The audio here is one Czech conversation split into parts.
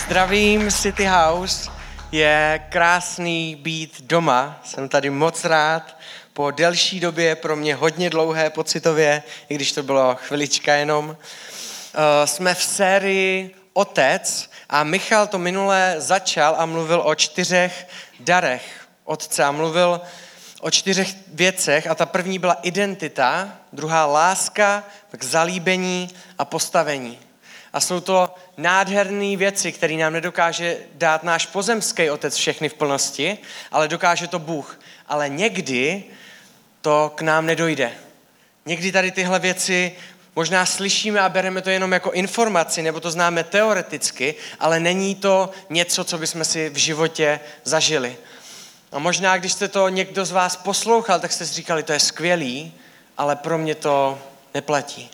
Zdravím City House, je krásný být doma, jsem tady moc rád, po delší době, pro mě hodně dlouhé pocitově, i když to bylo chvilička jenom. Jsme v sérii Otec a Michal to minule začal a mluvil o 4 darech Otce a mluvil o 4 věcech a ta první byla identita, druhá láska, pak zalíbení a postavení. A jsou to nádherné věci, které nám nedokáže dát náš pozemský otec všechny v plnosti, ale dokáže to Bůh. Ale někdy to k nám nedojde. Někdy tady tyhle věci možná slyšíme a bereme to jenom jako informaci, nebo to známe teoreticky, ale není to něco, co bychom si v životě zažili. A možná, když jste to někdo z vás poslouchal, tak jste si říkali, to je skvělý, ale pro mě to neplatí.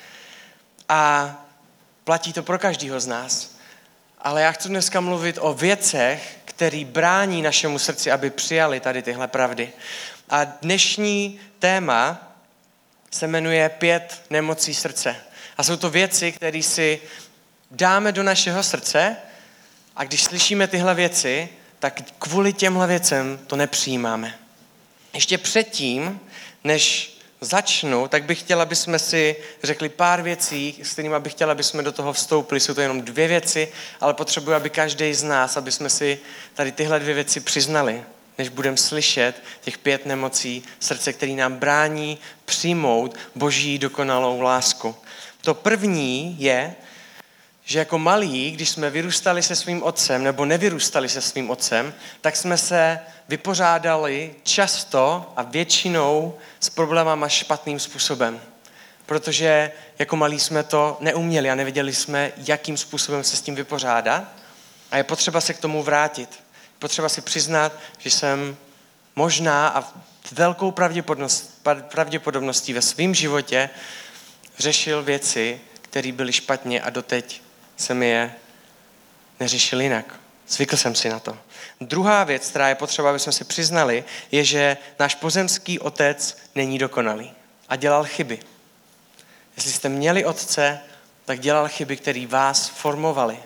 A platí to pro každého z nás. Ale já chci dneska mluvit o věcech, které brání našemu srdci, aby přijali tady tyhle pravdy. A dnešní téma se jmenuje 5 nemocí srdce. A jsou to věci, které si dáme do našeho srdce a když slyšíme tyhle věci, tak kvůli těmhle věcem to nepřijímáme. Ještě předtím, než začnu, tak bych chtěla, aby jsme si řekli pár věcí, s kterými bych chtěla, aby jsme do toho vstoupili. Jsou to jenom 2 věci, ale potřebuji, aby každý z nás, aby jsme si tady tyhle 2 věci přiznali, než budeme slyšet těch 5 nemocí srdce, které nám brání přijmout Boží dokonalou lásku. To první je, že jako malí, když jsme vyrůstali se svým otcem nebo nevyrůstali se svým otcem, tak jsme se vypořádali často a většinou s problémama špatným způsobem. Protože jako malí jsme to neuměli a nevěděli jsme, jakým způsobem se s tím vypořádat. A je potřeba se k tomu vrátit. Potřeba si přiznat, že jsem možná a velkou pravděpodobností ve svém životě řešil věci, které byly špatně a doteď jsem je neřešil jinak. Zvykl jsem si na to. Druhá věc, která je potřeba, aby jsme si přiznali, je, že náš pozemský otec není dokonalý a dělal chyby. Jestli jste měli otce, tak dělal chyby, které vás formovaly.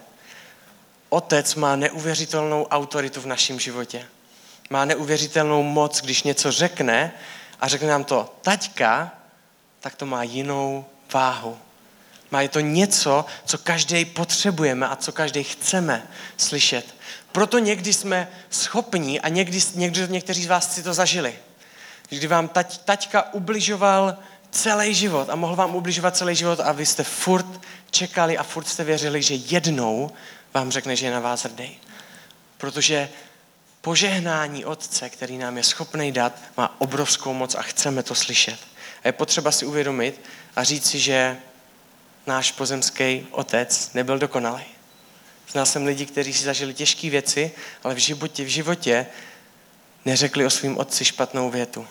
Otec má neuvěřitelnou autoritu v našem životě. Má neuvěřitelnou moc, když něco řekne a řekne nám to taťka, tak to má jinou váhu. Má je to něco, co každý potřebujeme a co každý chceme slyšet. Proto někdy jsme schopní a někteří z vás si to zažili. Kdy vám taťka ubližoval celý život a mohl vám ubližovat celý život a vy jste furt čekali a furt jste věřili, že jednou vám řekne, že je na vás hrdý. Protože požehnání Otce, který nám je schopný dát, má obrovskou moc a chceme to slyšet. A je potřeba si uvědomit a říct si, že náš pozemský otec nebyl dokonalý. Znal jsem lidi, kteří si zažili těžké věci, ale v životě neřekli o svým otci špatnou větu.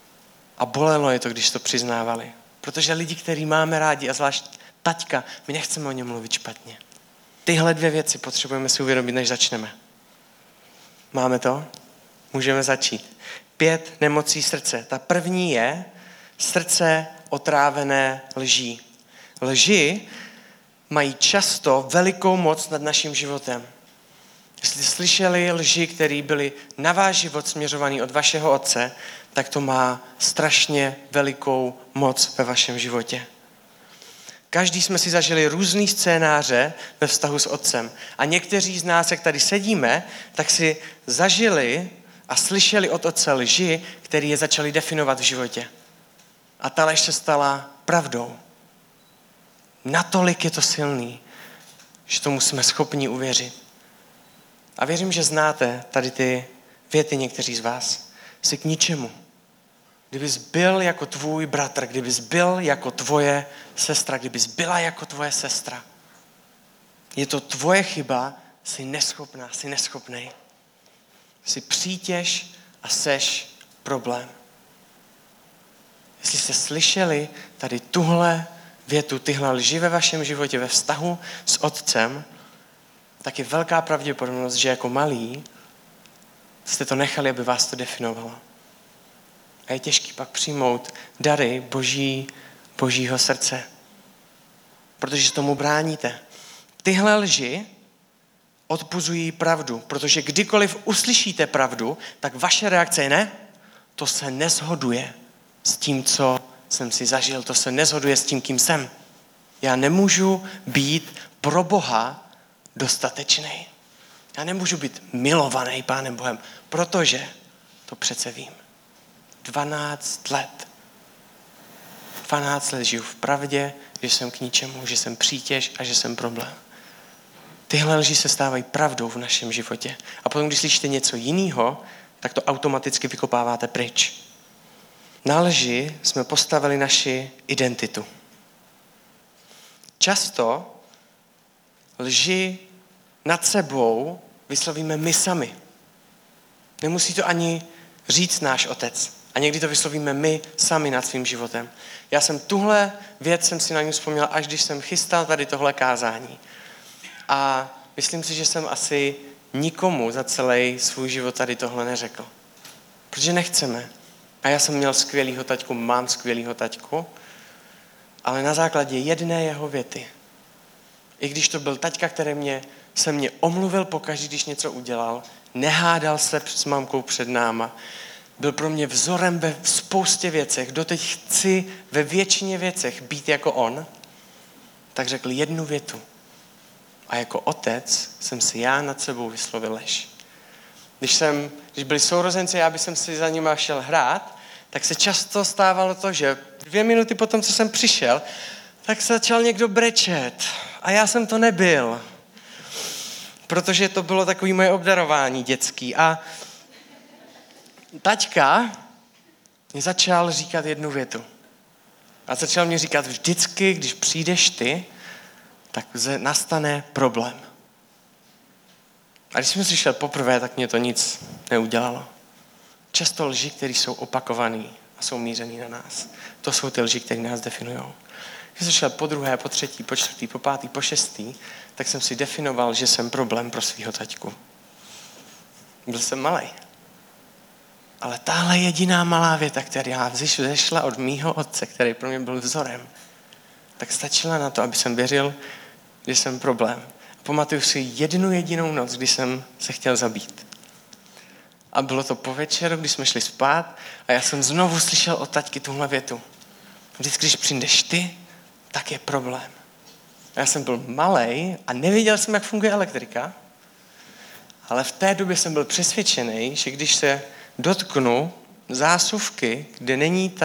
A bolelo je to, když to přiznávali. Protože lidi, který máme rádi, a zvlášť taťka, my nechceme o něm mluvit špatně. Tyhle 2 věci potřebujeme si uvědomit, než začneme. Máme to? Můžeme začít. 5 nemocí srdce. Ta první je srdce otrávené lží. Lži mají často velikou moc nad naším životem. Jestli jste slyšeli lži, které byly na váš život směřované od vašeho otce, tak to má strašně velikou moc ve vašem životě. Každý jsme si zažili různý scénáře ve vztahu s otcem. A někteří z nás, jak tady sedíme, tak si zažili a slyšeli od otce lži, které je začaly definovat v životě. A ta lež se stala pravdou. Natolik je to silný, že tomu jsme schopni uvěřit. A věřím, že znáte tady ty věty někteří z vás. Jsi k ničemu. Kdybys byl jako tvůj bratr, kdybys byl jako tvoje sestra, kdybys byla jako tvoje sestra. Je to tvoje chyba, jsi neschopná, jsi neschopnej. Jsi přítěž a seš problém. Jestli jste slyšeli tady tuhle větu, tyhle lži ve vašem životě, ve vztahu s otcem, tak je velká pravděpodobnost, že jako malí jste to nechali, aby vás to definovalo. A je těžký pak přijmout dary Božího srdce. Protože se tomu bráníte. Tyhle lži odpuzují pravdu, protože kdykoliv uslyšíte pravdu, tak vaše reakce je ne, to se neshoduje s tím, co jsem si zažil, to se neshoduje s tím, kým jsem. Já nemůžu být pro Boha dostatečný. Já nemůžu být milovaný Pánem Bohem, protože to přece vím. 12 let žiju v pravdě, že jsem k ničemu, že jsem přítěž a že jsem problém. Tyhle lži se stávají pravdou v našem životě. A potom, když slyšíte něco jiného, tak to automaticky vykopáváte pryč. Na lži jsme postavili naši identitu. Často lži nad sebou vyslovíme my sami. Nemusí to ani říct náš otec. A někdy to vyslovíme my sami nad svým životem. Já jsem tuhle věc jsem si na ní vzpomněl, až když jsem chystal tady tohle kázání. A myslím si, že jsem asi nikomu za celý svůj život tady tohle neřekl. Protože nechceme. A já jsem měl skvělýho taťku, mám skvělýho taťku, ale na základě jedné jeho věty. I když to byl taťka, který se mě omluvil pokaždé, když něco udělal, nehádal se s mamkou před náma, byl pro mě vzorem ve spoustě věcech, doteď chci ve většině věcech být jako on, tak řekl jednu větu. A jako otec jsem si já nad sebou vyslovil lež. Když byli sourozenci, já bych si za nima šel hrát, tak se často stávalo to, že 2 minuty potom, co jsem přišel, tak se začal někdo brečet. A já jsem to nebyl. Protože to bylo takové moje obdarování dětský. A taťka mi začal říkat jednu větu. A začal mi říkat, vždycky, když přijdeš ty, tak nastane problém. A když jsem slyšel poprvé, tak mě to nic neudělalo. Často lži, které jsou opakované a jsou mířené na nás. To jsou ty lži, které nás definují. Když jsem šel po druhé, po třetí, po čtvrtý, po pátý, po šestý, tak jsem si definoval, že jsem problém pro svého taťku. Byl jsem malej. Ale tahle jediná malá věta, která vzešla od mýho otce, který pro mě byl vzorem, tak stačila na to, aby jsem věřil, že jsem problém. A pamatuju si jednu jedinou noc, kdy jsem se chtěl zabít. A bylo to po večeru, když jsme šli spát a já jsem znovu slyšel od taťky tuhle větu. Vždycky, když přijdeš ty, tak je problém. A já jsem byl malej a nevěděl jsem, jak funguje elektrika, ale v té době jsem byl přesvědčený, že když se dotknu zásuvky, kde není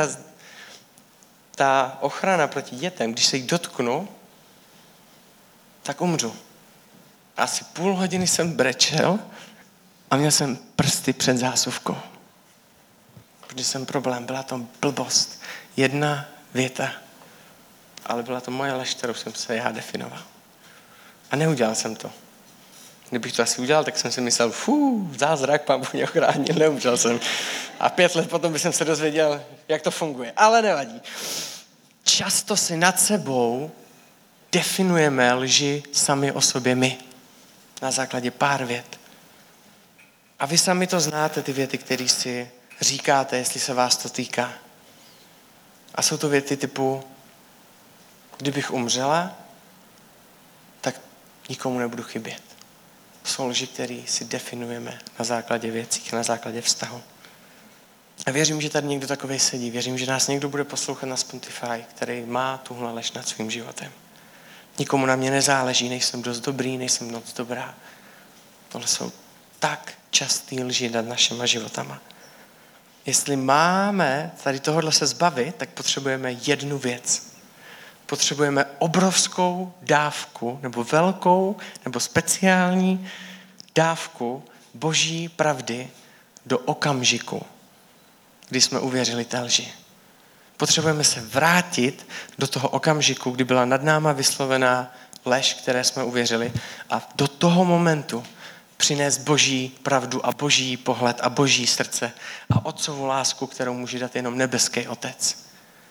ta ochrana proti dětem, když se jí dotknu, tak umřu. Asi půl hodiny jsem brečel a měl jsem prsty před zásuvkou. Protože jsem problém, byla to blbost. Jedna věta. Ale byla to moje lež, kterou jsem se já definoval. A neudělal jsem to. Kdybych to asi udělal, tak jsem si myslel, zázrak, Pán Bůh mě ochránil, neumřel jsem. A 5 let potom bych se dozvěděl, jak to funguje. Ale nevadí. Často si nad sebou definujeme lži sami o sobě my. Na základě pár vět. A vy sami to znáte, ty věty, které si říkáte, jestli se vás to týká. A jsou to věty typu, kdybych umřela, tak nikomu nebudu chybět. Jsou lži, které si definujeme na základě věcí, na základě vztahu. A věřím, že tady někdo takovej sedí. Věřím, že nás někdo bude poslouchat na Spotify, který má tuhle lež nad svým životem. Nikomu na mě nezáleží, nejsem dost dobrý, nejsem moc dobrá. Tohle jsou tak častý lži nad našima životama. Jestli máme tady tohohle se zbavit, tak potřebujeme jednu věc. Potřebujeme obrovskou dávku, nebo velkou, nebo speciální dávku boží pravdy do okamžiku, kdy jsme uvěřili té lži. Potřebujeme se vrátit do toho okamžiku, kdy byla nad náma vyslovená lež, které jsme uvěřili, a do toho momentu přinést boží pravdu a boží pohled a boží srdce a otcovu lásku, kterou může dát jenom nebeský otec.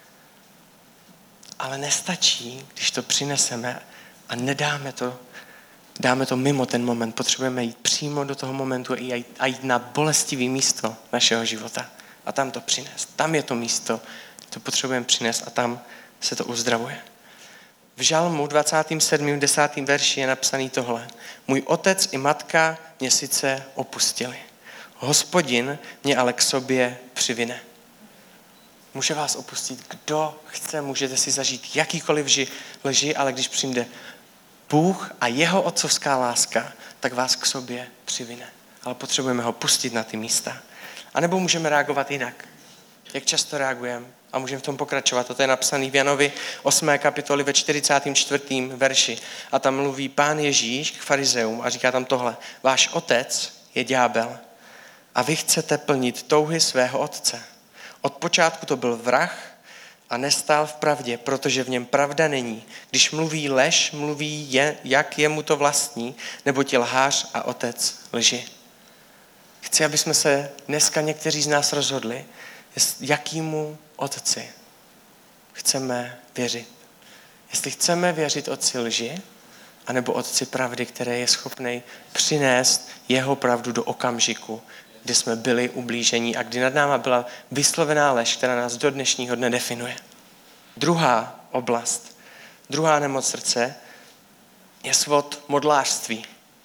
Ale nestačí, když to přineseme a dáme to mimo ten moment. Potřebujeme jít přímo do toho momentu a jít na bolestivý místo našeho života a tam to přinést. Tam je to místo, to potřebujeme přinést a tam se to uzdravuje. V Žalmu 27. 10. verši je napsaný tohle. Můj otec i matka mě sice opustili. Hospodin mě ale k sobě přivine. Může vás opustit kdo chce, můžete si zažít jakýkoliv lži, ale když přijde Bůh a jeho otcovská láska, tak vás k sobě přivine. Ale potřebujeme ho pustit na ty místa. A nebo můžeme reagovat jinak. Jak často reagujeme a můžeme v tom pokračovat. Toto je napsaný v Janovi 8. kapitoli ve 44. verši. A tam mluví Pán Ježíš k farizeům a říká tam tohle. Váš otec je ďábel a vy chcete plnit touhy svého otce. Od počátku to byl vrah a nestál v pravdě, protože v něm pravda není. Když mluví lež, mluví jak je mu to vlastní, nebo ti lhář a otec lži. Chci, aby jsme se dneska někteří z nás rozhodli, jakýmu otci chceme věřit. Jestli chceme věřit otci lži, anebo otci pravdy, který je schopný přinést jeho pravdu do okamžiku, kdy jsme byli ublížení a kdy nad náma byla vyslovená lež, která nás do dnešního dne definuje. Druhá oblast, druhá nemoc srdce je svod modlářství.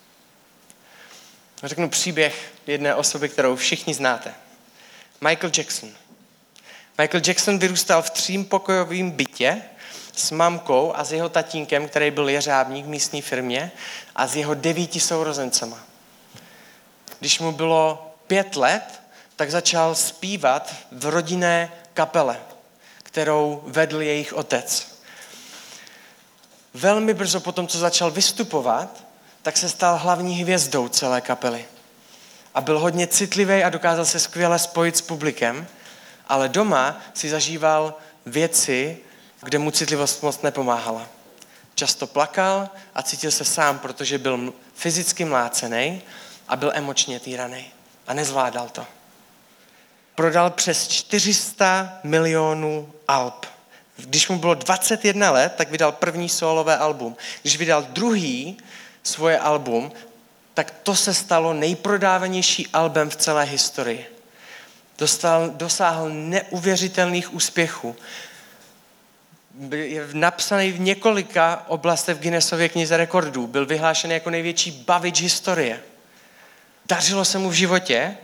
Řeknu příběh jedné osoby, kterou všichni znáte. Michael Jackson. Michael Jackson vyrůstal v 3pokojovém bytě s mamkou a s jeho tatínkem, který byl jeřábník v místní firmě, a s jeho 9 sourozencema. Když mu bylo 5 let, tak začal zpívat v rodinné kapele, kterou vedl jejich otec. Velmi brzo po tom, co začal vystupovat, tak se stal hlavní hvězdou celé kapely. A byl hodně citlivý a dokázal se skvěle spojit s publikem, ale doma si zažíval věci, kde mu citlivost moc nepomáhala. Často plakal a cítil se sám, protože byl fyzicky mlácený a byl emočně týraný. A nezvládal to. Prodal přes 400 milionů alb. Když mu bylo 21 let, tak vydal první sólové album. Když vydal druhý svoje album, tak to se stalo nejprodávanější albem v celé historii. Dosáhl neuvěřitelných úspěchů. Je napsaný v několika oblastech v Guinnessově knize rekordů. Byl vyhlášen jako největší bavič historie. Dařilo se mu v životě.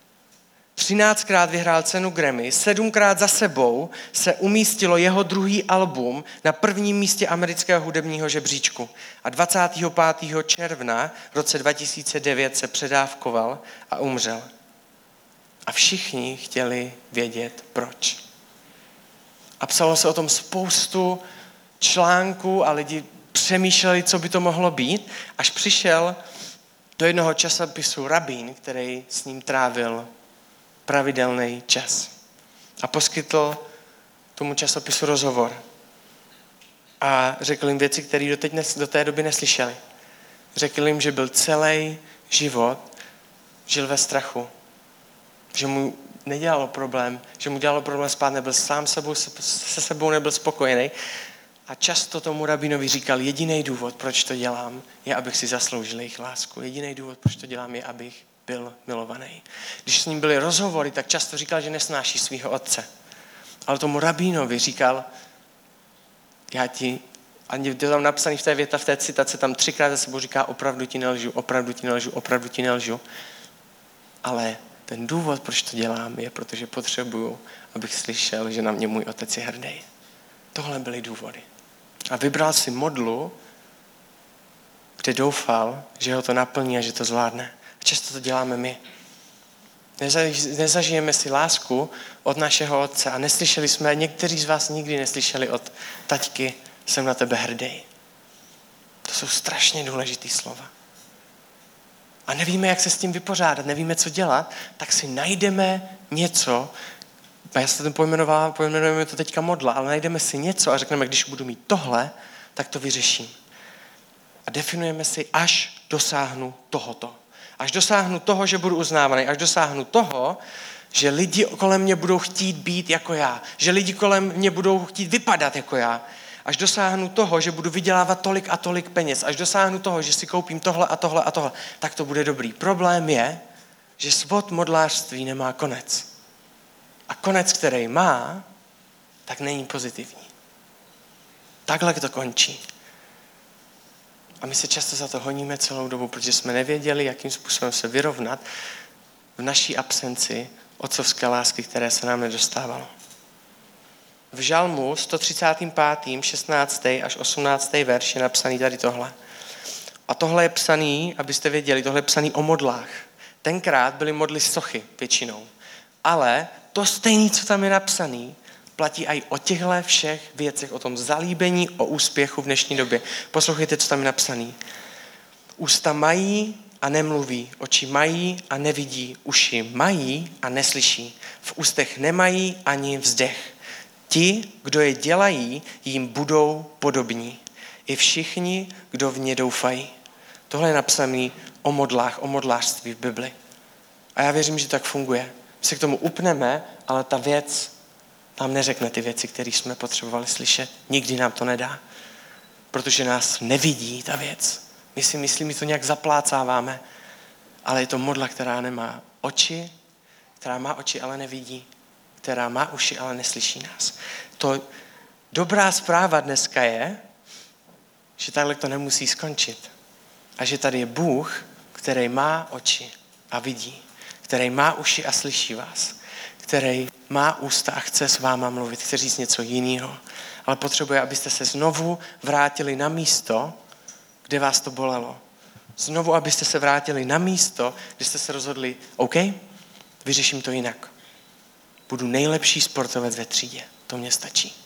13krát vyhrál cenu Grammy, 7krát za sebou se umístilo jeho druhý album na prvním místě amerického hudebního žebříčku. A 25. června v roce 2009 se předávkoval a umřel. A všichni chtěli vědět, proč. A psalo se o tom spoustu článků a lidi přemýšleli, co by to mohlo být, až přišel do jednoho časopisu rabín, který s ním trávil pravidelný čas. A poskytl tomu časopisu rozhovor. A řekl jim věci, které do té doby neslyšeli. Řekl jim, že byl celý život, žil ve strachu. Že mu nedělalo problém, že mu dělalo problém spát, nebyl sám se sebou nebyl spokojený. A často tomu rabínovi říkal, jediný důvod, proč to dělám, je, abych si zasloužil jejich lásku. Jediný důvod, proč to dělám, je, abych byl milovaný. Když s ním byly rozhovory, tak často říkal, že nesnáší svého otce. Ale tomu rabínovi říkal, a je tam napsaný v té věta, v té citace, tam 3krát za sebou říká, opravdu ti nelžu, opravdu ti nelžu, opravdu ti nelžu. Ale ten důvod, proč to dělám, je, protože potřebuju, abych slyšel, že na mě můj otec je hrdý. Tohle byly důvody. A vybral si modlu, kde doufal, že ho to naplní a že to zvládne. A často to děláme my. Nezažijeme si lásku od našeho otce a neslyšeli jsme, někteří z vás nikdy neslyšeli od taťky, jsem na tebe hrdý. To jsou strašně důležitý slova. A nevíme, jak se s tím vypořádat, nevíme, co dělat, tak si najdeme něco, a já se to pojmenujeme to teďka modla, ale najdeme si něco a řekneme, když budu mít tohle, tak to vyřeším. A definujeme si, až dosáhnu tohoto. Až dosáhnu toho, že budu uznávaný. Až dosáhnu toho, že lidi kolem mě budou chtít být jako já. Že lidi kolem mě budou chtít vypadat jako já. Až dosáhnu toho, že budu vydělávat tolik a tolik peněz. Až dosáhnu toho, že si koupím tohle a tohle a tohle. Tak to bude dobrý. Problém je, že svod modlářství nemá konec. A konec, který má, tak není pozitivní. takhle to končí. A my se často za to honíme celou dobu, protože jsme nevěděli, jakým způsobem se vyrovnat v naší absenci otcovské lásky, které se nám nedostávalo. V Žalmu 135. 16. až 18. verš je napsaný tady tohle. A tohle je psaný, abyste věděli, tohle je psaný o modlách. Tenkrát byly modly sochy většinou. Ale to stejné, co tam je napsaný, platí i o těchto všech věcech, o tom zalíbení, o úspěchu v dnešní době. Poslouchejte, co tam je napsaný. Ústa mají a nemluví, oči mají a nevidí, uši mají a neslyší. V ústech nemají ani vzdech. Ti, kdo je dělají, jim budou podobní. I všichni, kdo v ně doufají. Tohle je napsané o modlách, o modlářství v Bibli. A já věřím, že tak funguje. My se k tomu upneme, ale ta věc nám neřekne ty věci, které jsme potřebovali slyšet. Nikdy nám to nedá. Protože nás nevidí ta věc. My si myslíme, že to nějak zaplácáváme. Ale je to modla, která nemá oči, která má oči, ale nevidí. Která má uši, ale neslyší nás. To dobrá zpráva dneska je, že takhle to nemusí skončit. A že tady je Bůh, který má oči a vidí. Který má uši a slyší vás. Který má ústa a chce s váma mluvit. Chce říct něco jiného. Ale potřebuje, abyste se znovu vrátili na místo, kde vás to bolelo. Znovu, abyste se vrátili na místo, kde jste se rozhodli, OK, vyřeším to jinak. Budu nejlepší sportovec ve třídě. To mě stačí.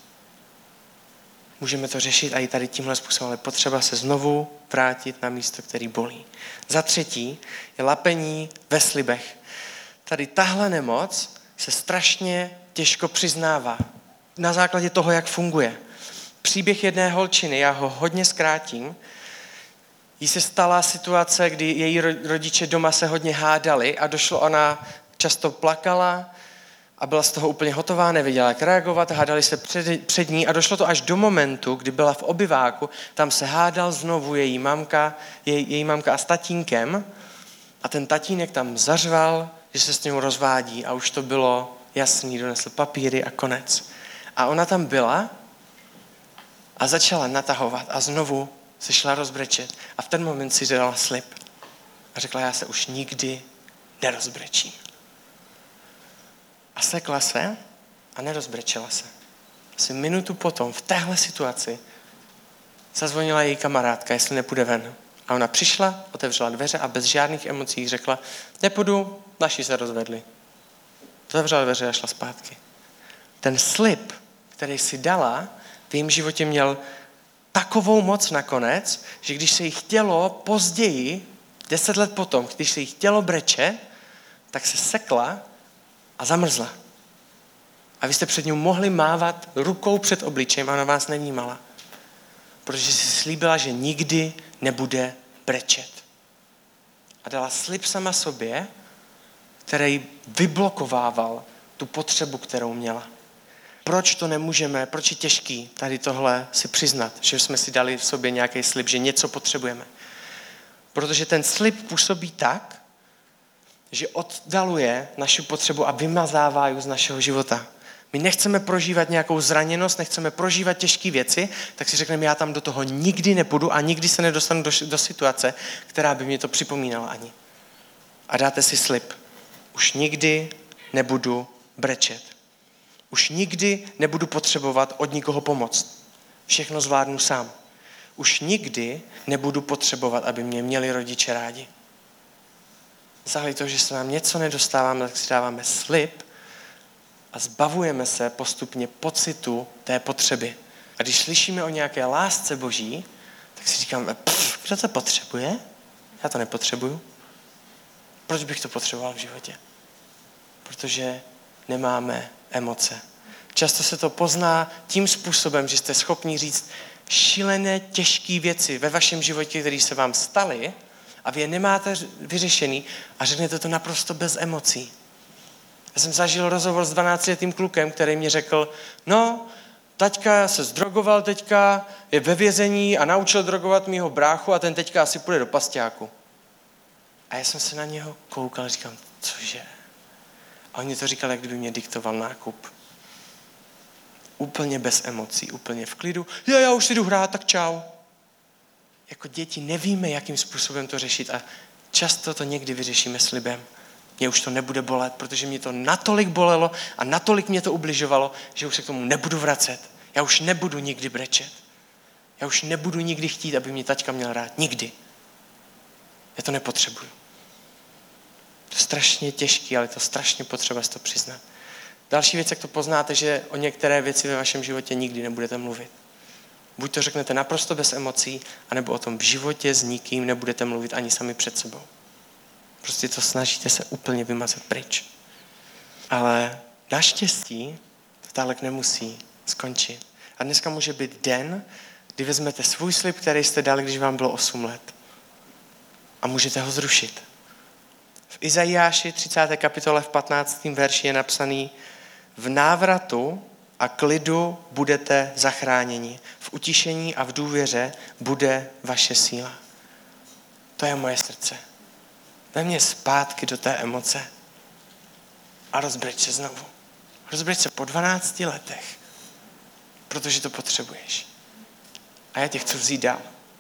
Můžeme to řešit a i tady tímhle způsobem, ale potřeba se znovu vrátit na místo, který bolí. Za třetí je lapení ve slibech. Tady tahle nemoc se strašně těžko přiznává. Na základě toho, jak funguje. Příběh jedné holčiny, já ho hodně zkrátím. Jí se stala situace, kdy její rodiče doma se hodně hádali a ona často plakala a byla z toho úplně hotová, nevěděla, jak reagovat, hádali se před ní a došlo to až do momentu, kdy byla v obyváku, tam se hádal znovu její mamka a s tatínkem a ten tatínek tam zařval, že se s ním rozvádí a už to bylo jasný, donesl papíry a konec. A ona tam byla a začala natahovat a znovu se šla rozbrečet a v ten moment si dala slib a řekla, já se už nikdy nerozbrečím. A sekla se a nerozbrečela se. Asi minutu potom v téhle situaci zazvonila její kamarádka, jestli nepůjde ven. A ona přišla, otevřela dveře a bez žádných emocí řekla, nepůjdu, naši se rozvedli. Otevřela dveře a šla zpátky. Ten slib, který si dala, v jejím životě měl takovou moc nakonec, že když se jí chtělo později, 10 let potom, když se jí chtělo breče, tak se sekla a zamrzla. A vy jste před ní mohli mávat rukou před obličejem a ona vás nevnímala. Protože si slíbila, že nikdy nebude brečet. A dala slib sama sobě, který vyblokovával tu potřebu, kterou měla. Proč to nemůžeme, proč je těžký tady tohle si přiznat, že jsme si dali v sobě nějaký slib, že něco potřebujeme. Protože ten slib působí tak, že oddaluje naši potřebu a vymazává ji z našeho života. My nechceme prožívat nějakou zraněnost, nechceme prožívat těžké věci, tak si řekneme, já tam do toho nikdy nepůjdu a nikdy se nedostanu do situace, která by mě to připomínala ani. A dáte si slib. Už nikdy nebudu brečet. Už nikdy nebudu potřebovat od nikoho pomoc. Všechno zvládnu sám. Už nikdy nebudu potřebovat, aby mě měli rodiče rádi. Záleží to, že se nám něco nedostáváme, tak si dáváme slib a zbavujeme se postupně pocitu té potřeby. A když slyšíme o nějaké lásce Boží, tak si říkáme, kdo to potřebuje? Já to nepotřebuju. Proč bych to potřeboval v životě? Protože nemáme emoce. Často se to pozná tím způsobem, že jste schopni říct šílené, těžké věci ve vašem životě, které se vám staly a vy je nemáte vyřešený a řeknete to naprosto bez emocí. Já jsem zažil rozhovor s 12letým klukem, který mi řekl, no, taťka se zdrogoval teďka, je ve vězení a naučil drogovat mýho bráchu a ten teďka asi půjde do pasťáku. A já jsem se na něho koukal a říkám, cože? A on mi to říkal, jak kdyby mě diktoval nákup. úplně bez emocí, úplně v klidu. Já už si jdu hrát, tak čau. Jako děti nevíme, jakým způsobem to řešit a často to někdy vyřešíme slibem. Mě už to nebude bolet, protože mě to natolik bolelo a natolik mě to ubližovalo, že už se k tomu nebudu vracet. Já už nebudu nikdy brečet. Já už nebudu nikdy chtít, aby mě taťka měl rád. Nikdy. Já to nepotřebuju. To je strašně těžký, ale je to strašně potřeba si to přiznat. Další věc, jak to poznáte, že o některé věci ve vašem životě nikdy nebudete mluvit. Buď to řeknete naprosto bez emocí, anebo o tom v životě s nikým nebudete mluvit ani sami před sebou. Prostě to snažíte se úplně vymazat pryč. Ale naštěstí to tak nemusí skončit. A dneska může být den, kdy vezmete svůj slib, který jste dali, když vám bylo 8 let. A můžete ho zrušit. V Izajáši 30. kapitole v 15. verši je napsaný: v návratu a klidu budete zachráněni. V utišení a v důvěře bude vaše síla. To je moje srdce. Vem mě zpátky do té emoce a rozbreč se znovu. Rozbreč se po 12 letech, protože to potřebuješ. A já tě chci vzít dál.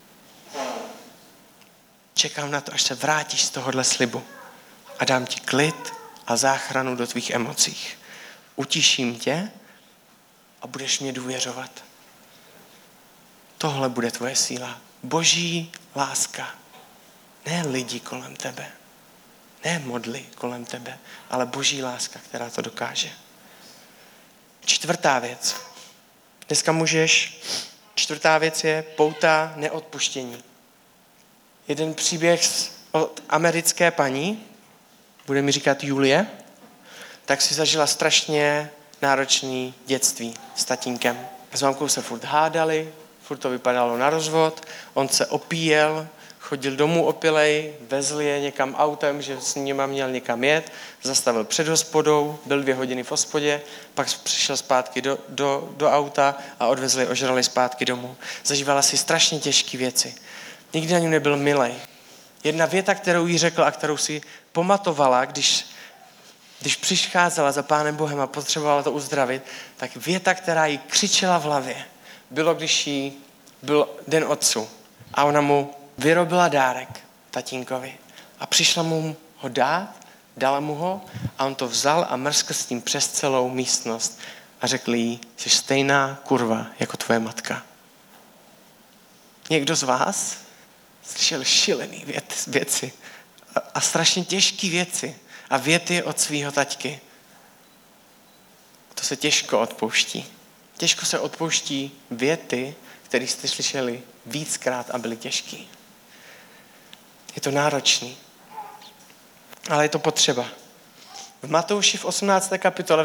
Čekám na to, až se vrátíš z tohohle slibu a dám ti klid a záchranu do tvých emocích. Utiším tě a budeš mě důvěřovat. Tohle bude tvoje síla. Boží láska. Ne lidi kolem tebe. Ne modly kolem tebe, ale boží láska, která to dokáže. 4. věc. Dneska můžeš. 4. věc je pouta neodpuštění. Jeden příběh od americké paní, bude mi říkat Julie, tak si zažila strašně náročný dětství s tatínkem. S mamkou se furt hádali, furt to vypadalo na rozvod, on se opíjel, chodil domů opilej, vezl je někam autem, že s nima měl někam jet, zastavil před hospodou, byl 2 hodiny v hospodě, pak přišel zpátky do auta a odvezl je, ožrali zpátky domů. Zažívala si strašně těžké věci. Nikdy na ní nebyl milej. Jedna věta, kterou jí řekl a kterou si pamatovala, když přicházela za Pánem Bohem a potřebovala to uzdravit, tak věta, která jí křičela v hlavě, bylo, když jí byl den otců a ona mu vyrobila dárek tatínkovi a přišla mu ho dát, dala mu ho a on to vzal a mrskl s tím přes celou místnost a řekl jí, jsi stejná kurva jako tvoje matka. Někdo z vás slyšel šílený věci a strašně těžké věci a věty od svého taťky. To se těžko odpouští. Těžko se odpouští věty, které jste slyšeli víckrát a byly těžký. Je to náročný, ale je to potřeba. V Matouši v 18. kapitole v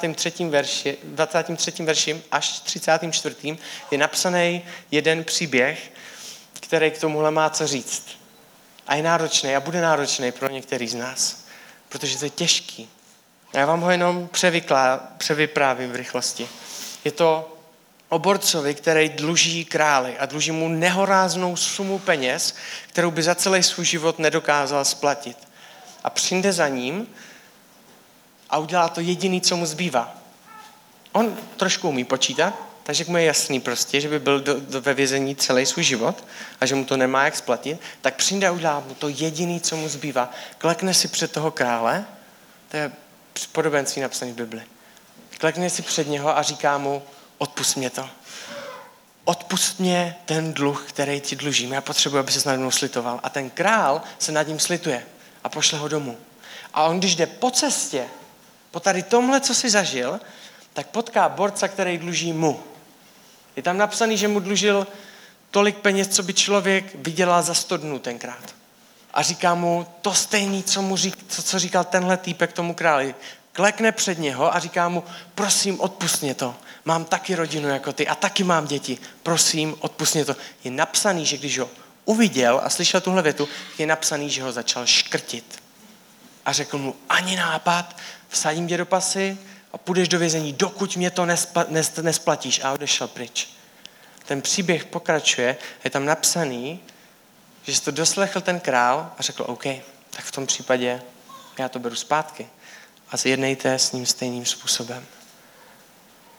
23. verši až 34. je napsaný jeden příběh, který k tomuhle má co říct. A je náročný a bude náročný pro některý z nás, protože to je těžký. Já vám ho jenom převyprávím v rychlosti. Je to o borcovi, který dluží králi a dluží mu nehoráznou sumu peněz, kterou by za celý svůj život nedokázal splatit. A přijde za ním a udělá to jediný, co mu zbývá. On trošku umí počítat, takže mu je jasný prostě, že by byl ve vězení celý svůj život a že mu to nemá jak splatit, tak přijde a udělá mu to jediný, co mu zbývá. Klekne si před toho krále, to je podobenství napsané v Bibli. Klekne si před něho a říká mu, odpusť mě to. Odpusť mě ten dluh, který ti dlužím. Já potřebuji, aby se nad mnou slitoval. A ten král se nad ním slituje a pošle ho domů. A on, když jde po cestě, po tady tomhle, co si zažil, tak potká borca, který dluží mu. Je tam napsaný, že mu dlužil tolik peněz, co by člověk vydělal za 100 dnů tenkrát. A říká mu to stejný, co říkal tenhle týpek tomu králi. Klekne před něho a říká mu, prosím, odpusť mě to. Mám taky rodinu jako ty a taky mám děti. Prosím, odpusť mě to. Je napsaný, že když ho uviděl a slyšel tuhle větu, je napsaný, že ho začal škrtit. A řekl mu, ani nápad, vsadím tě do pasy a půjdeš do vězení, dokud mě to nesplatíš. A odešel pryč. Ten příběh pokračuje, je tam napsaný, že si to doslechl ten král a řekl, OK, tak v tom případě já to beru zpátky. A zjednejte s ním stejným způsobem.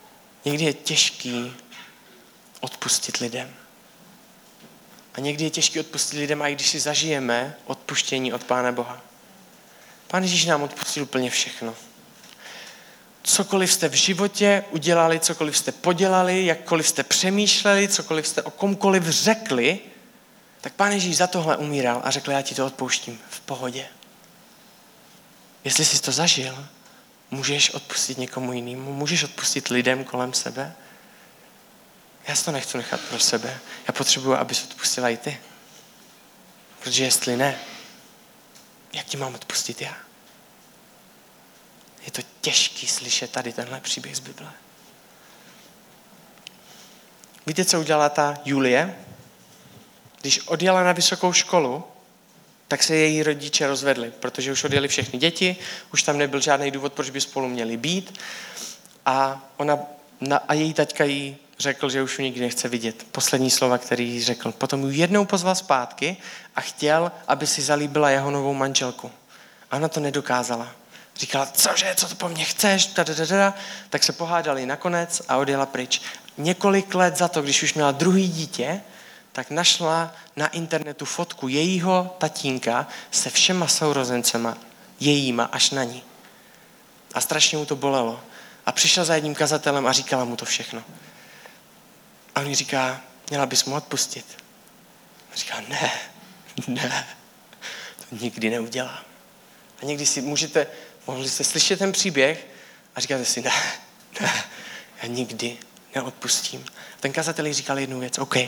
Někdy je těžký odpustit lidem. A někdy je těžký odpustit lidem, a i když si zažijeme odpuštění od Pána Boha. Pán Ježíš nám odpustil úplně všechno. Cokoliv jste v životě udělali, cokoliv jste podělali, jakkoliv jste přemýšleli, cokoliv jste o komkoliv řekli, tak Pán Ježíš za tohle umíral a řekl, já ti to odpouštím v pohodě. Jestli jsi to zažil, můžeš odpustit někomu jinému, můžeš odpustit lidem kolem sebe. Já si to nechci nechat pro sebe. Já potřebuji, abys odpustila i ty. Protože jestli ne, jak ti mám odpustit já? Je to těžký slyšet tady tenhle příběh z Bible. Víte, co udělala ta Julie? Když odjela na vysokou školu, tak se její rodiče rozvedli, protože už odjeli všechny děti, už tam nebyl žádný důvod, proč by spolu měli být. A její taťka jí řekl, že už ji nikdy nechce vidět. Poslední slova, který jí řekl. Potom ji jednou pozval zpátky a chtěl, aby si zalíbila jeho novou manželku. A ona to nedokázala. Říkala, cože, co to po mně chceš? Tak se pohádali nakonec a odjela pryč. Několik let za to, když už měla druhý dítě, tak našla na internetu fotku jejího tatínka se všema sourozencema, jejíma až na ní. A strašně mu to bolelo. A přišla za jedním kazatelem a říkala mu to všechno. A on jí říká, měla bys mu odpustit. A říká, ne, to nikdy neudělám. A někdy si mohli jste slyšet ten příběh a říkáte si, ne, já nikdy neodpustím. A ten kazatel jí říkal jednu věc, OK,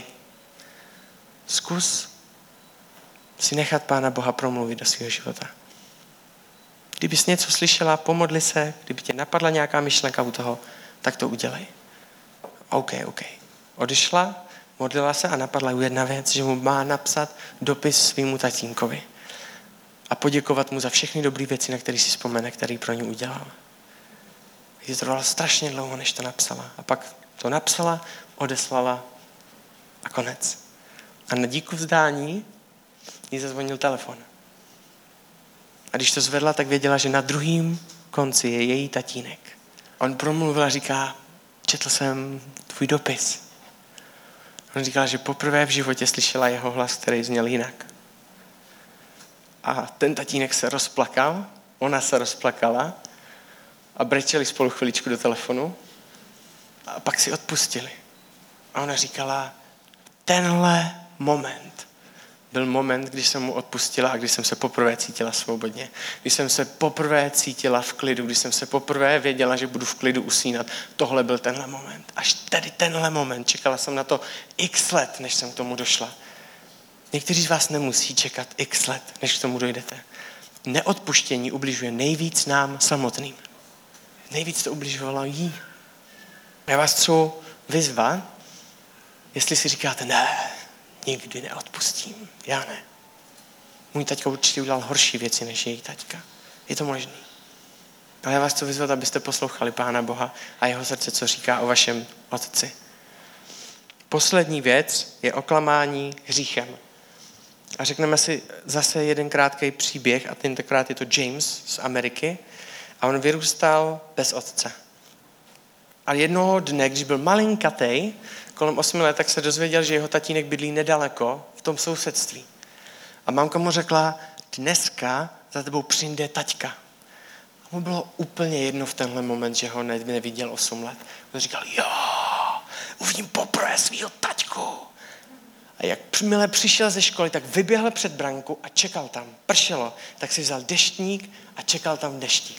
zkus si nechat Pána Boha promluvit do svého života. Kdybys něco slyšela, pomodli se, kdyby tě napadla nějaká myšlenka u toho, tak to udělej. OK. Odešla, modlila se a napadla jí jedna věc, že mu má napsat dopis svýmu tatínkovi a poděkovat mu za všechny dobré věci, na které si vzpomene, který pro ní udělal. Jí to trvalo strašně dlouho, než to napsala. A pak to napsala, odeslala a konec. A na díku vzdání jí zazvonil telefon. A když to zvedla, tak věděla, že na druhém konci je její tatínek. On promluvil a říká, četl jsem tvůj dopis. On říkal, že poprvé v životě slyšela jeho hlas, který zněl jinak. A ten tatínek se rozplakal, ona se rozplakala a brečeli spolu chviličku do telefonu a pak si odpustili. A ona říkala, tenhle moment byl moment, když jsem mu odpustila a když jsem se poprvé cítila svobodně. Když jsem se poprvé cítila v klidu, když jsem se poprvé věděla, že budu v klidu usínat. Tohle byl tenhle moment. Až tady tenhle moment. Čekala jsem na to x let, než jsem k tomu došla. Někteří z vás nemusí čekat x let, než k tomu dojdete. Neodpuštění ubližuje nejvíc nám samotným. Nejvíc to ubližovalo jí. Já vás chci vyzvat, jestli si říkáte, ne, nikdy neodpustím. Já ne. Můj taťka určitě udělal horší věci než její taťka. Je to možný. Ale já vás chci vyzvat, abyste poslouchali Pána Boha a jeho srdce, co říká o vašem otci. Poslední věc je oklamání hříchem. A řekneme si zase jeden krátký příběh, a tentokrát je to James z Ameriky. A on vyrůstal bez otce. A jednoho dne, když byl malinkatej, kolem 8 let, tak se dozvěděl, že jeho tatínek bydlí nedaleko v tom sousedství. A mamka mu řekla, dneska za tebou přijde taťka. A mu bylo úplně jedno v tenhle moment, že ho neviděl 8 let. On říkal, jo, uvidím poprvé svýho taťku. A jak mile přišel ze školy, tak vyběhl před branku a čekal tam. Pršelo, tak si vzal deštník a čekal tam v dešti.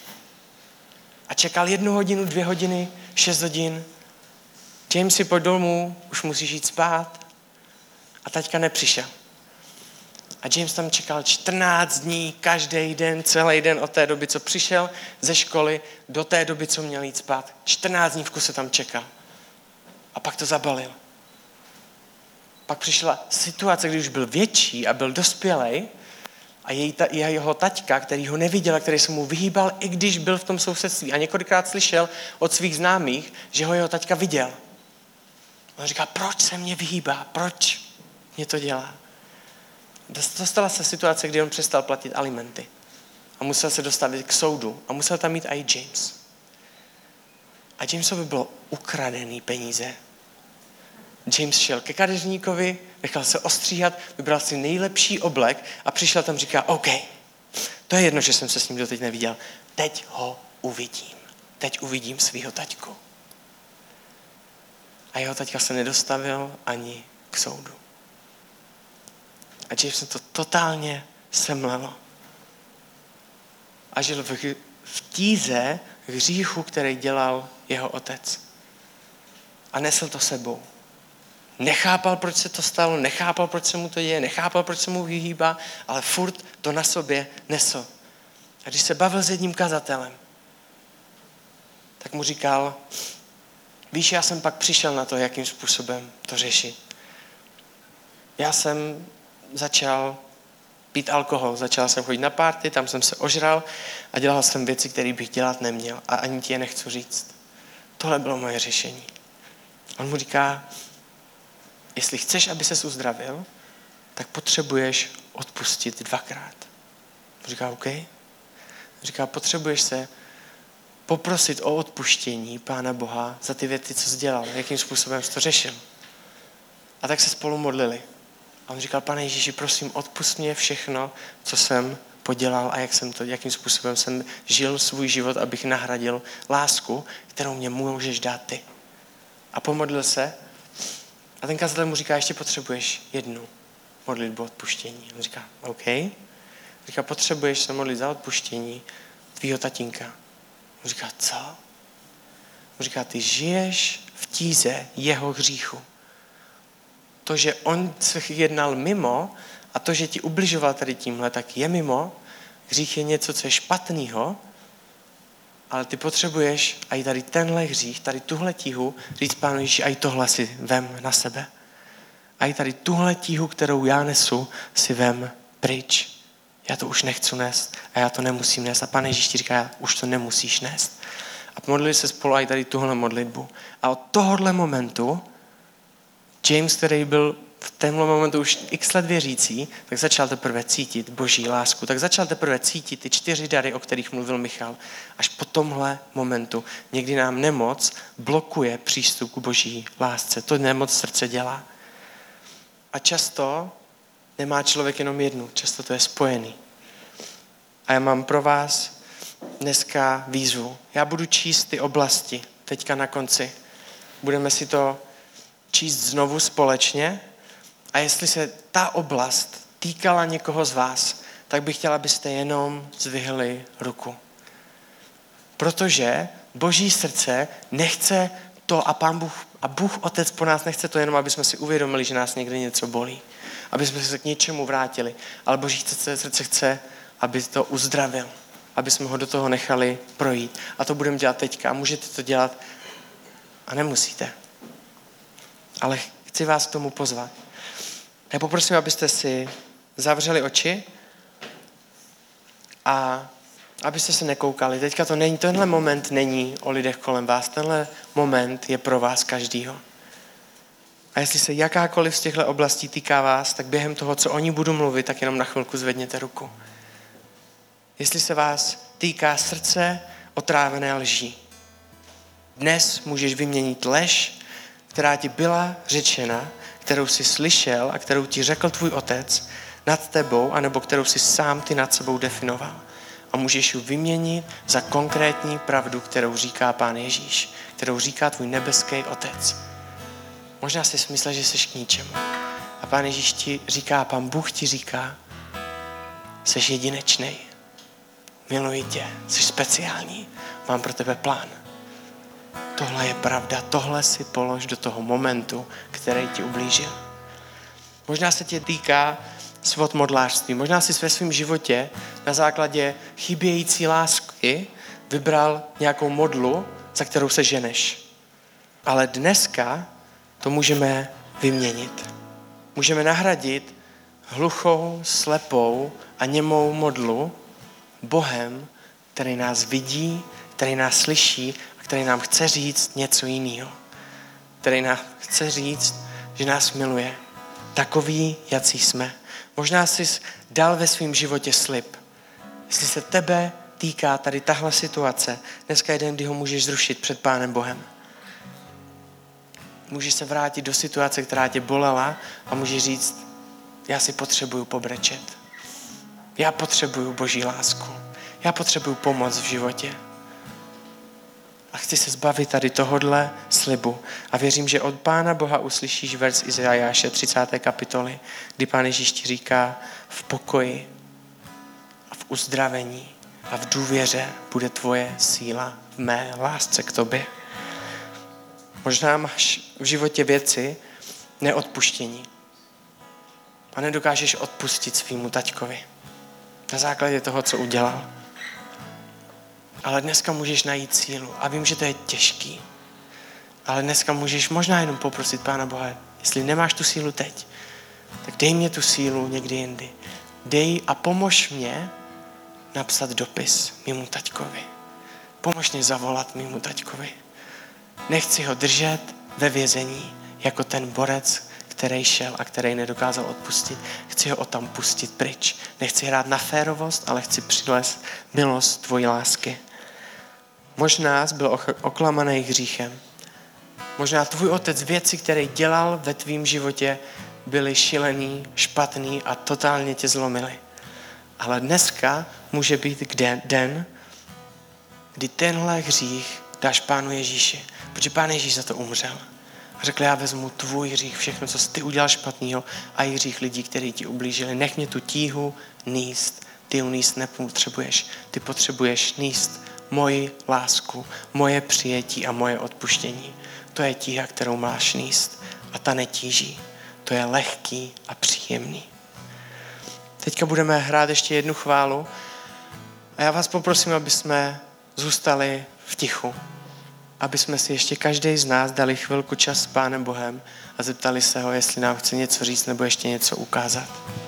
A čekal 1 hodinu, 2 hodiny, 6 hodin. Jamesi, pojď domů, už musíš jít spát. A taťka nepřišel. A James tam čekal 14 dní, každý den, celý den od té doby, co přišel ze školy, do té doby, co měl jít spát. 14 dní v kuse tam čekal. A pak to zabalil. Pak přišla situace, kdy už byl větší a byl dospělej a jeho taťka, který ho neviděl, který se mu vyhýbal, i když byl v tom sousedství. A několikrát slyšel od svých známých, že ho jeho taťka viděl. On říká, proč se mě vyhýbá? Proč mě to dělá? Dostala se situace, kdy on přestal platit alimenty. A musel se dostavit k soudu. A musel tam mít i James. A Jamesovi bylo ukradený peníze. James šel ke kadeřníkovi, nechal se ostříhat, vybral si nejlepší oblek a přišel tam a říká, OK, to je jedno, že jsem se s ním doteď neviděl. Teď ho uvidím. Teď uvidím svýho taťku. A jeho taťka se nedostavil ani k soudu. A James to totálně semlelo. A žil v tíze hříchu, který dělal jeho otec. A nesl to sebou. Nechápal, proč se to stalo, nechápal, proč se mu to děje, nechápal, proč se mu vyhýbá, ale furt to na sobě nesl. A když se bavil s jedním kazatelem, tak mu říkal, víš, já jsem pak přišel na to, jakým způsobem to řešit. Já jsem začal pít alkohol, začal jsem chodit na party, tam jsem se ožral a dělal jsem věci, které bych dělat neměl a ani ti je nechci říct. Tohle bylo moje řešení. On mu říká, jestli chceš, aby ses uzdravil, tak potřebuješ odpustit 2krát. On říká, OK. On říká, potřebuješ se poprosit o odpuštění Pána Boha za ty věci, co jsi dělal, jakým způsobem jsi to řešil. A tak se spolu modlili. A on říkal, Pane Ježíši, prosím, odpusť mě všechno, co jsem podělal a jakým způsobem jsem žil svůj život, abych nahradil lásku, kterou mě můžeš dát ty. A pomodlil se a ten kazatel mu říká, ještě potřebuješ jednu modlitbu odpuštění. On říká, OK. Říká, potřebuješ se modlit za odpuštění tvýho tatínka. On říká, co? On říká, ty žiješ v tíze jeho hříchu. To, že on se jednal mimo a to, že ti ubližoval tady tímhle, tak je mimo. Hřích je něco, co je špatného, ale ty potřebuješ i tady tenhle hřích, tady tuhle tíhu, říct Pánu Ježíši, i tohle si vem na sebe. A i tady tuhle tíhu, kterou já nesu, si vem pryč. Já to už nechci nést a já to nemusím nést. A Pane Ježíš ti říká, už to nemusíš nést. A modlili se spolu i tady tuhle modlitbu. A od tohohle momentu James, který byl v tomhle momentu už x let věřící, tak začal teprve cítit boží lásku. Tak začal teprve cítit ty 4 dary, o kterých mluvil Michal. Až po tomhle momentu někdy nám nemoc blokuje přístup k boží lásce. To nemoc srdce dělá. A často nemá člověk jenom jednu, často to je spojený. A já mám pro vás dneska výzvu. Já budu číst ty oblasti teďka na konci. Budeme si to číst znovu společně a jestli se ta oblast týkala někoho z vás, tak bych chtěla, abyste jenom zdvihli ruku. Protože Boží srdce nechce to a Bůh Otec po nás nechce to jenom, aby jsme si uvědomili, že nás někde něco bolí. Aby jsme se k něčemu vrátili. Ale Boží srdce chce, aby to uzdravil. Aby jsme ho do toho nechali projít. A to budeme dělat teďka. A můžete to dělat a nemusíte. Ale chci vás k tomu pozvat. Já poprosím, abyste si zavřeli oči a abyste se nekoukali. Teďka tenhle moment není o lidech kolem vás. Tenhle moment je pro vás každýho. A jestli se jakákoliv z těchto oblastí týká vás, tak během toho, co oni budou mluvit, tak jenom na chvilku zvedněte ruku. Jestli se vás týká srdce otrávené lží, dnes můžeš vyměnit lež, která ti byla řečena, kterou jsi slyšel a kterou ti řekl tvůj otec nad tebou, anebo kterou jsi sám ty nad sebou definoval. A můžeš ji vyměnit za konkrétní pravdu, kterou říká Pán Ježíš, kterou říká tvůj nebeský otec. Možná jsi myslel, že jsi k ničemu. A Pán Ježíš ti říká, Pán Bůh ti říká, jsi jedinečnej, miluji tě, jsi speciální, mám pro tebe plán. Tohle je pravda, tohle si polož do toho momentu, který ti ublížil. Možná se tě týká svod modlářství. Možná si ve svém životě na základě chybějící lásky vybral nějakou modlu, za kterou se ženeš. Ale dneska to můžeme vyměnit. Můžeme nahradit hluchou, slepou a němou modlu Bohem, který nás vidí, který nás slyší a který nám chce říct něco jiného. Který nám chce říct, že nás miluje. Takový, jací jsme. Možná jsi dal ve svém životě slib. Jestli se tebe týká tady tahle situace, dneska je den, kdy ho můžeš zrušit před Pánem Bohem. Můžeš se vrátit do situace, která tě bolela a můžeš říct, já si potřebuju pobrečet. Já potřebuju Boží lásku. Já potřebuju pomoc v životě. A chci se zbavit tady tohodle slibu. A věřím, že od Pána Boha uslyšíš verš Izajáše 30. kapitoly, kdy Pán Ježíš ti říká, v pokoji a v uzdravení a v důvěře bude tvoje síla v mé lásce k tobě. Možná máš v životě věci neodpuštění. A nedokážeš odpustit svýmu taťkovi. Na základě toho, co udělal. Ale dneska můžeš najít sílu. A vím, že to je těžký. Ale dneska můžeš možná jenom poprosit Pána Boha, jestli nemáš tu sílu teď, tak dej mě tu sílu někdy jindy. Dej a pomož mě napsat dopis mému taťkovi. Pomož mě zavolat mému taťkovi. Nechci ho držet ve vězení jako ten borec, který šel a který nedokázal odpustit. Chci ho odtam pustit pryč. Nechci hrát na férovost, ale chci přinést milost tvojí lásky. Možná jsi byl oklamaný hříchem. Možná tvůj otec věci, které dělal ve tvém životě, byly šílený, špatný a totálně tě zlomily. Ale dneska může být den, kdy tenhle hřích dáš Pánu Ježíši. Protože Pán Ježíš za to umřel. A řekl, já vezmu tvůj hřích, všechno, co jsi ty udělal špatného a i hřích lidí, kteří ti ublížili. Nech mě tu tíhu níst. Ty ju níst nepotřebuješ. Ty potřebuješ níst moji lásku, moje přijetí a moje odpuštění. To je tíha, kterou máš níst. A ta netíží. To je lehký a příjemný. Teďka budeme hrát ještě jednu chválu. A já vás poprosím, aby jsme zůstali v tichu. Aby jsme si ještě každý z nás dali chvilku čas s Pánem Bohem a zeptali se ho, jestli nám chce něco říct nebo ještě něco ukázat.